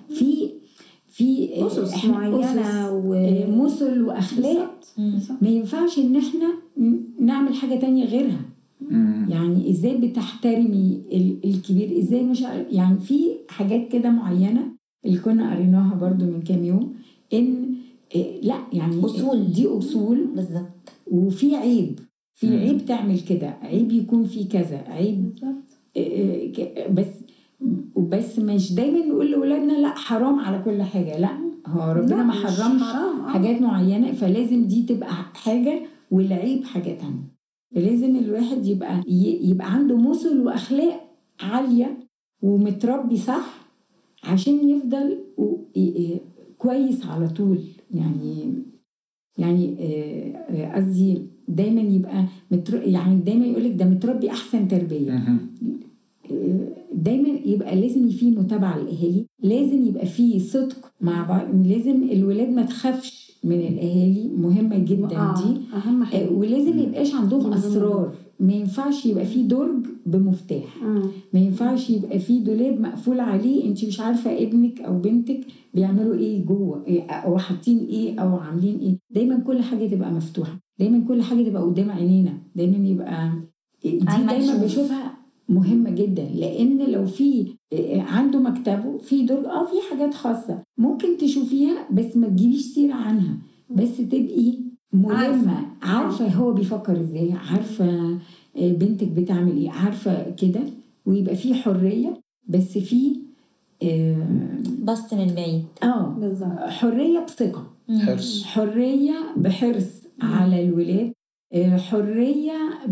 في أسس معينة ومثل وأخلاق. ما ينفعش إن إحنا نعمل حاجة تانية غيرها. يعني إزاي بتحترمي الكبير، إزاي مش يعني في حاجات كده معينة اللي كنا قريناها برضو من كام يوم، إن لا يعني أصول، دي أصول بالظبط. وفي عيب، في عيب تعمل كده، عيب يكون في كذا، عيب بس مش دايما نقول لأولادنا لا حرام على كل حاجة. لا، هو ربنا ما حرمش حاجات معينة، فلازم دي تبقى حاجة والعيب حاجة تانية. فلازم الواحد يبقى عنده مثل وأخلاق عالية ومتربي صح عشان يفضل كويس على طول. يعني قصدي دايما يبقى يعني دايما يقولك ده متربي أحسن تربية. دايما يبقى لازم في متابعة للأهالي، لازم يبقى في صدق مع بعض، لازم الولاد ما تخافش من الأهالي، مهمة جدا دي أهم حاجة. ولازم يبقاش عندهم أسرار. ما ينفعش يبقى فيه درج بمفتاح، ما ينفعش يبقى فيه دولاب مقفول عليه انت مش عارفه ابنك او بنتك بيعملوا ايه جوه، او حاطين ايه او عاملين ايه. دايما كل حاجه تبقى مفتوحه، دايما كل حاجه تبقى قدام عينينا، دايما يبقى دي دايما بشوفها مهمه جدا. لان لو في عنده مكتبه في درج في حاجات خاصه ممكن تشوفيها بس ما تجيبيش سيره عنها، بس تبقي ملمه عارفه هو بيفكر ازاي، عارفه بنتك بتعمل ايه، عارفه كده. ويبقى في حريه بس في بس من بعيد بالظبط حريه بثقه، حرص، حريه بحرص على الولاد، حريه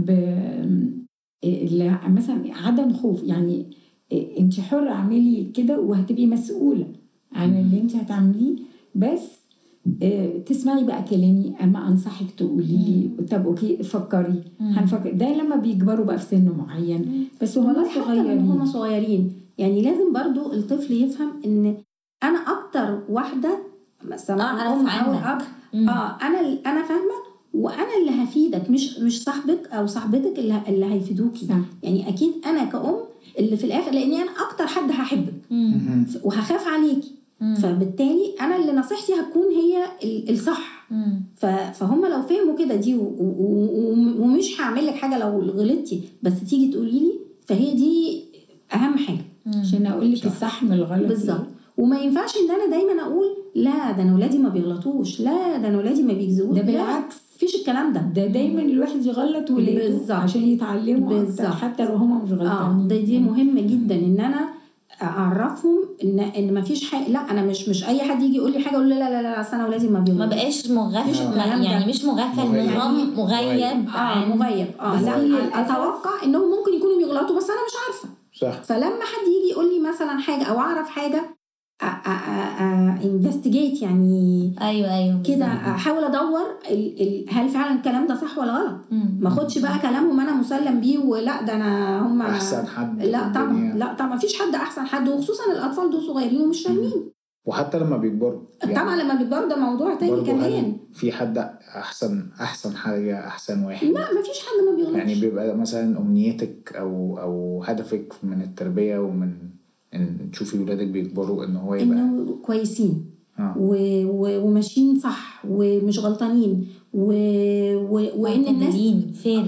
مثلا عدم خوف. يعني انت حره اعملي كده وهتبقي مسؤوله عن اللي انت هتعمليه، بس تسمعي بقى كلامي اما انصحك تقولي لي طب اوكي فكري هنفكر. ده لما بيكبروا بقى في سن معين، بس هم صغيرين يعني لازم برضو الطفل يفهم ان انا اكتر واحده مثلا ام او اب انا فاهمه وانا اللي هفيدك، مش صاحبك او صاحبتك اللي هيفيدوكي. يعني اكيد انا كأم اللي في الاخر، لاني انا اكتر حد هحبك وهخاف عليكي، فبالتالي انا اللي نصيحتي هتكون هي الصح. فهم لو فهموا كده دي ومش هعمل لك حاجه لو غلطتي بس تيجي تقولي لي، فهي دي اهم حاجه عشان اقول لك الصح من الغلط بالظبط. وما ينفعش ان انا دايما اقول لا ده انا ولادي ما بيغلطوش، لا ده انا ولادي ما بيكذبوش، ده بالعكس مفيش الكلام ده دايما الواحد يغلط ولاده عشان يتعلموا اكتر حتى لو هم مش غلطانين. دي مهمه جدا ان انا اعرفهم ان مفيش حاجه. لا انا مش اي حد يجي يقول لي حاجه اقول له لا لا لا اصل انا ولادي ما بيغلطوش، ما بقاش مغفل يعني مش مغفل نظام مغيب مغيب. لا اتوقع انهم ممكن يكونوا بيغلطوا بس انا مش عارفه. صح. فلما حد يجي يقول لي مثلا حاجه او اعرف حاجه انفستيجيت يعني ايوه كده، احاول ادور هل فعلا الكلام ده صح ولا غلط. ما اخدش بقى كلامهم انا مسلم بيه ولا ده انا هم احسن حد. لا طبعا لا طبعا ما فيش حد احسن حد، وخصوصا الاطفال دول صغيرين ومش فاهمين. وحتى لما بيكبروا يعني طبعا لما بيكبروا ده موضوع تاني كمان. في حد احسن حاجه احسن واحد؟ لا ما فيش حد ما بيغلطش. يعني بيبقى مثلا امنيتك او هدفك من التربيه ومن ان تشوفي ولادك بيكبروا ان هو يبقى انه كويسين وماشيين صح ومش غلطانين وان الناس فين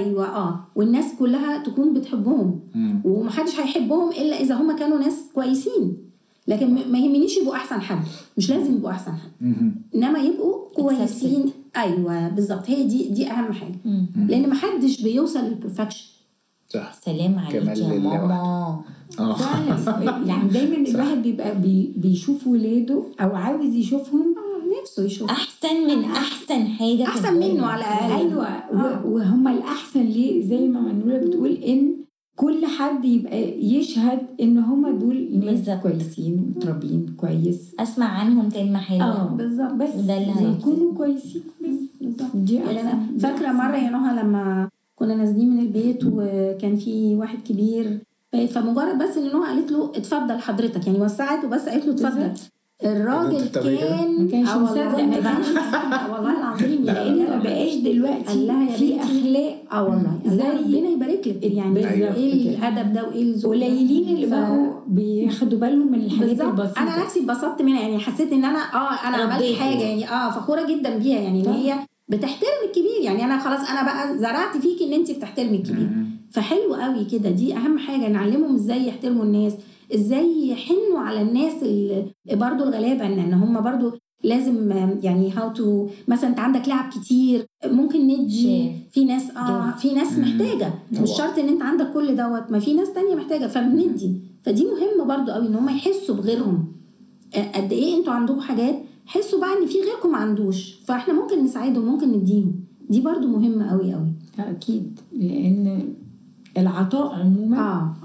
والناس كلها تكون بتحبهم ومحدش هيحبهم الا اذا هم كانوا ناس كويسين. لكن ما يهمنيش يبقوا احسن حد، مش لازم يبقوا احسن حد، انما يبقوا كويسين. ايوه بالظبط، هي دي اهم حاجه. لان محدش بيوصل للبرفكشن. صح. سلام عليك يا ماما. فعلا يعني دايما الواحد بيبقى بيشوف ولاده او عاوز يشوفهم نفسه يشوف احسن من احسن حاجه، احسن منه على الاقل. ايوه وهم الاحسن ليه؟ زي ما منوله بتقول ان كل حد يبقى يشهد ان هم دول ناس كويسين متربيين كويس، اسمع عنهم كلمه حلوه بالظبط، بس ده اللي يكونوا كويسين بالظبط. يعني انا فاكره مره يا نهى لما كنا نازلين من البيت وكان في واحد كبير، فمجرد بس ان نهى قالت له اتفضل حضرتك، يعني وسعت وبس قالت له اتفضل. الراجل ما كانش مصدق والله العظيم. لان ما بقاش دلوقتي في اخلاق والله ربنا يبارك لك يعني ايه الادب ده وايه الذوق. قليلين اللي بقوا بياخدوا بالهم من الحاجات البسيطه. انا نفسي اتبسطت منها، يعني حسيت ان انا عملت حاجه يعني فخوره جدا بيها، يعني ان هي بتحترم الكبير. يعني انا خلاص انا بقى زرعت فيكي ان انت بتحترمي الكبير، فحلو قوي كده. دي اهم حاجه، نعلمهم ازاي يحترموا الناس، ازاي يحنوا على الناس اللي برضو الغلابه، ان هم برضو لازم يعني مثلا انت عندك لعب كتير ممكن ندي في ناس في ناس محتاجه، مش شرط ان انت عندك كل دوت، ما في ناس تانية محتاجه فبندي. فدي مهمه برضو قوي ان هم يحسوا بغيرهم قد ايه انتوا عندكم حاجات، حسوا بقى ان في غيركم ما عندوش، فاحنا ممكن نساعدهم ممكن نديهم. دي برضو مهمه قوي قوي. اكيد، لان العطاء عموما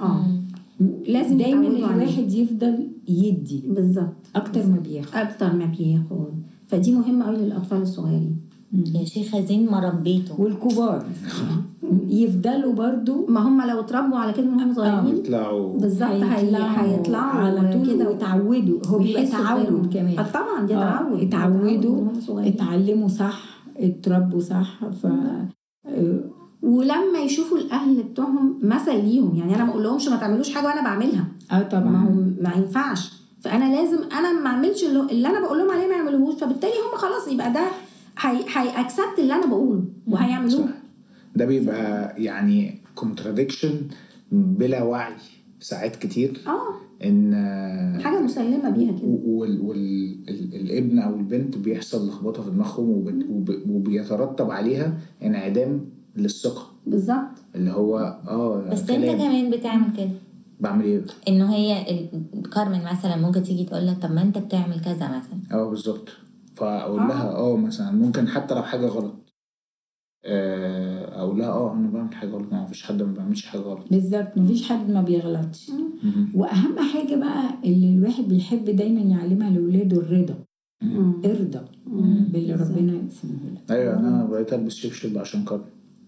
لازم دايما الواحد يفضل يدي بالظبط اكتر ما بياخد فدي مهمه قوي للاطفال الصغيرين. يا شيخه زين ما ربيته. والكبار يفضلوا برضو، ما هم لو اتربوا على كده من هم صغيرين يطلعوا بالظبط هيطلعوا على طول كده ويتعودوا. هو بيبقى تعود كمان. طبعا دي تعود. اتعودوا، اتعلموا صح، اتربوا صح. ولما يشوفوا الاهل بتوعهم مثل ليهم، يعني انا ما اقول لهمش ما تعملوش حاجه وانا بعملها، طبعا ما هو ما ينفعش، فانا لازم انا ما اعملش اللي انا بقول لهم عليه ما يعملوهوش، فبالتالي هم خلاص يبقى ده هي اكسبت اللي انا بقوله وهيعملوه. ده بيبقى يعني contradiction بلا وعي ساعات كتير، ان حاجه مسلمه بيها كده، والابن او البنت بيحصل لخبطه في دماغهم وبيترتب عليها انعدام للثقه بالظبط، اللي هو بس انت كمان بتعمل كده. بعمل ايه؟ انه هي كارمن مثلا ممكن تيجي تقول لك طب ما انت بتعمل كذا مثلا، بالظبط، فاقول لها مثلا ممكن حتى لو حاجه غلط اقول لها انا بعمل حاجه غلط، ما فيش حد ما بيعملش حاجه غلط. بالظبط، مفيش حد ما بيغلطش. واهم حاجه بقى اللي الواحد بيحب دايما يعلمها لاولاده الرضا. ارضى باللي ربنا يقسمه لك. ايوه، انا بقيت البس شبشب عشان كده.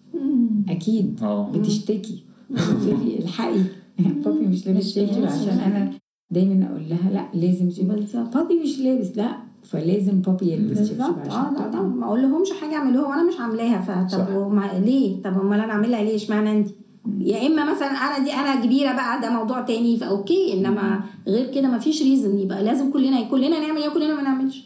اكيد بتشتكي بتقولي الحقي بابي مش لابس شبشب، عشان انا دايما اقول لها لا لازم بابي مش لابس، لا فلازم بابي يلبس شبشب عشان لا ما اقول لهمش حاجه اعملوها وانا مش عاملاها، فطب ليه؟ طب امال انا اعملها ليه؟ اشمعنى انت؟ يا اما مثلا انا كبيره بقى، ده موضوع تاني فاوكي، انما غير كده ما فيش ريزن يبقى لازم كلنا نعمل ايه وكلنا ما نعملش.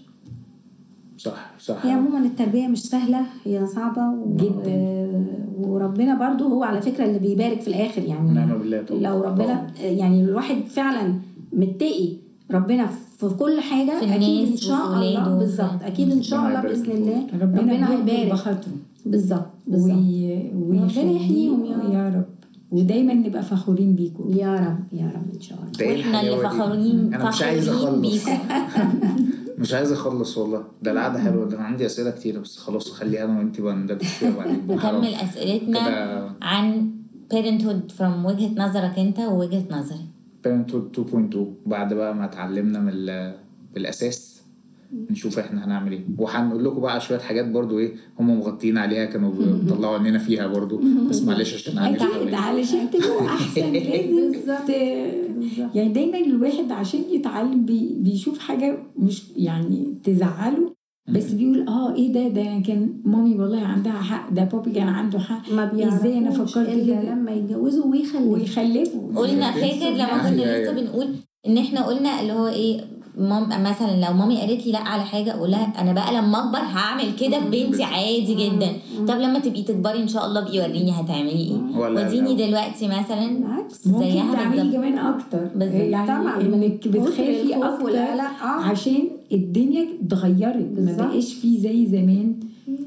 صح. هي عموما التربيه مش سهله، هي صعبه جدا، وربنا برضو هو على فكره اللي بيبارك في الاخر، يعني نعم بالله طبعا. لو ربنا يعني الواحد فعلا متقي ربنا في كل حاجه اكيد ان شاء الله. بالظبط، اكيد ان شاء الله باذن الله ربنا هيبارك بخاطره. بالظبط ربنا يحميهم يا رب، ودايما نبقى فخورين بيكم يا رب ان شاء الله. واحنا اللي فخورين بيكم. مش عايز اخلص والله، ده القعده حلوه، ده انا عندي اسئله كتيره بس خلاص خليها انا وانتي بقى ندردش فيها بعدين. نكمل اسئلتنا عن parenthood from وجهه نظرك انت ووجهه نظري. parenthood 2.2 بعد بقى ما اتعلمنا من الاساس نشوف احنا هنعمل ايه، وهنقول لكم بقى شويه حاجات برضو هم مغطيين عليها، كانوا بيطلعوا عننا فيها برضو، بس معلش عشان علشان تبقوا احسن لازم يعني دايما الواحد عشان يتعلم بيشوف حاجه مش يعني تزعله، بس بيقول ايه ده انا كان مامي والله عندها حق، ده بابي كان عنده حق، ازاي انا فكرت كده لما يتجوزوا ويخلفوا. قلنا فاكر لما كنا لسه بنقول ان احنا قلنا اللي هو مثلا لو مامي قالت لي لا على حاجه اقول لها انا بقى لما اكبر هعمل كده ببنتي عادي جدا. طب لما تبقي تكبري ان شاء الله بيوريني هتعملي ايه، وديني دلوقتي مثلا زيها تعملي كمان اكتر، يعني طبعا انك بتخافي اكتر عشان الدنيا اتغيرت، ما بقاش في زي زمان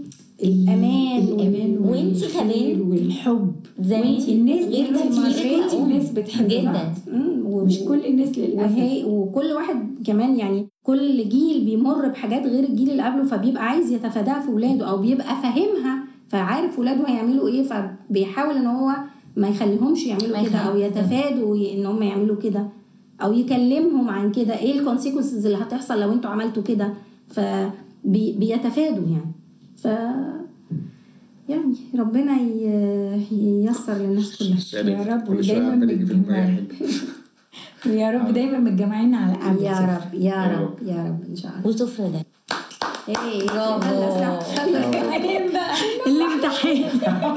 الامان وانتي كمان والحب زمان. الناس دلوقتي الناس بتحب جدا، مش كل الناس للاسف، وكل واحد كمان يعني كل جيل بيمر بحاجات غير الجيل اللي قبله، فبيبقى عايز يتفاداها في ولاده او بيبقى فاهمها فعارف ولاده هيعملوا ايه، فبيحاول ان هو ما يخليهمش يعملوا كده او يتفادوا ان هم يعملوا كده، او يكلمهم عن كده ايه الكونسيكونسز اللي هتحصل لو انتوا عملتوا كده، فبيتفادوا يعني. يعني ربنا ييسر للناس كلها يا رب، ودايما متجمعين يا رب دايما متجمعين على قعدة يا رب ان شاء الله. وسفرة ده برافو. الامتحان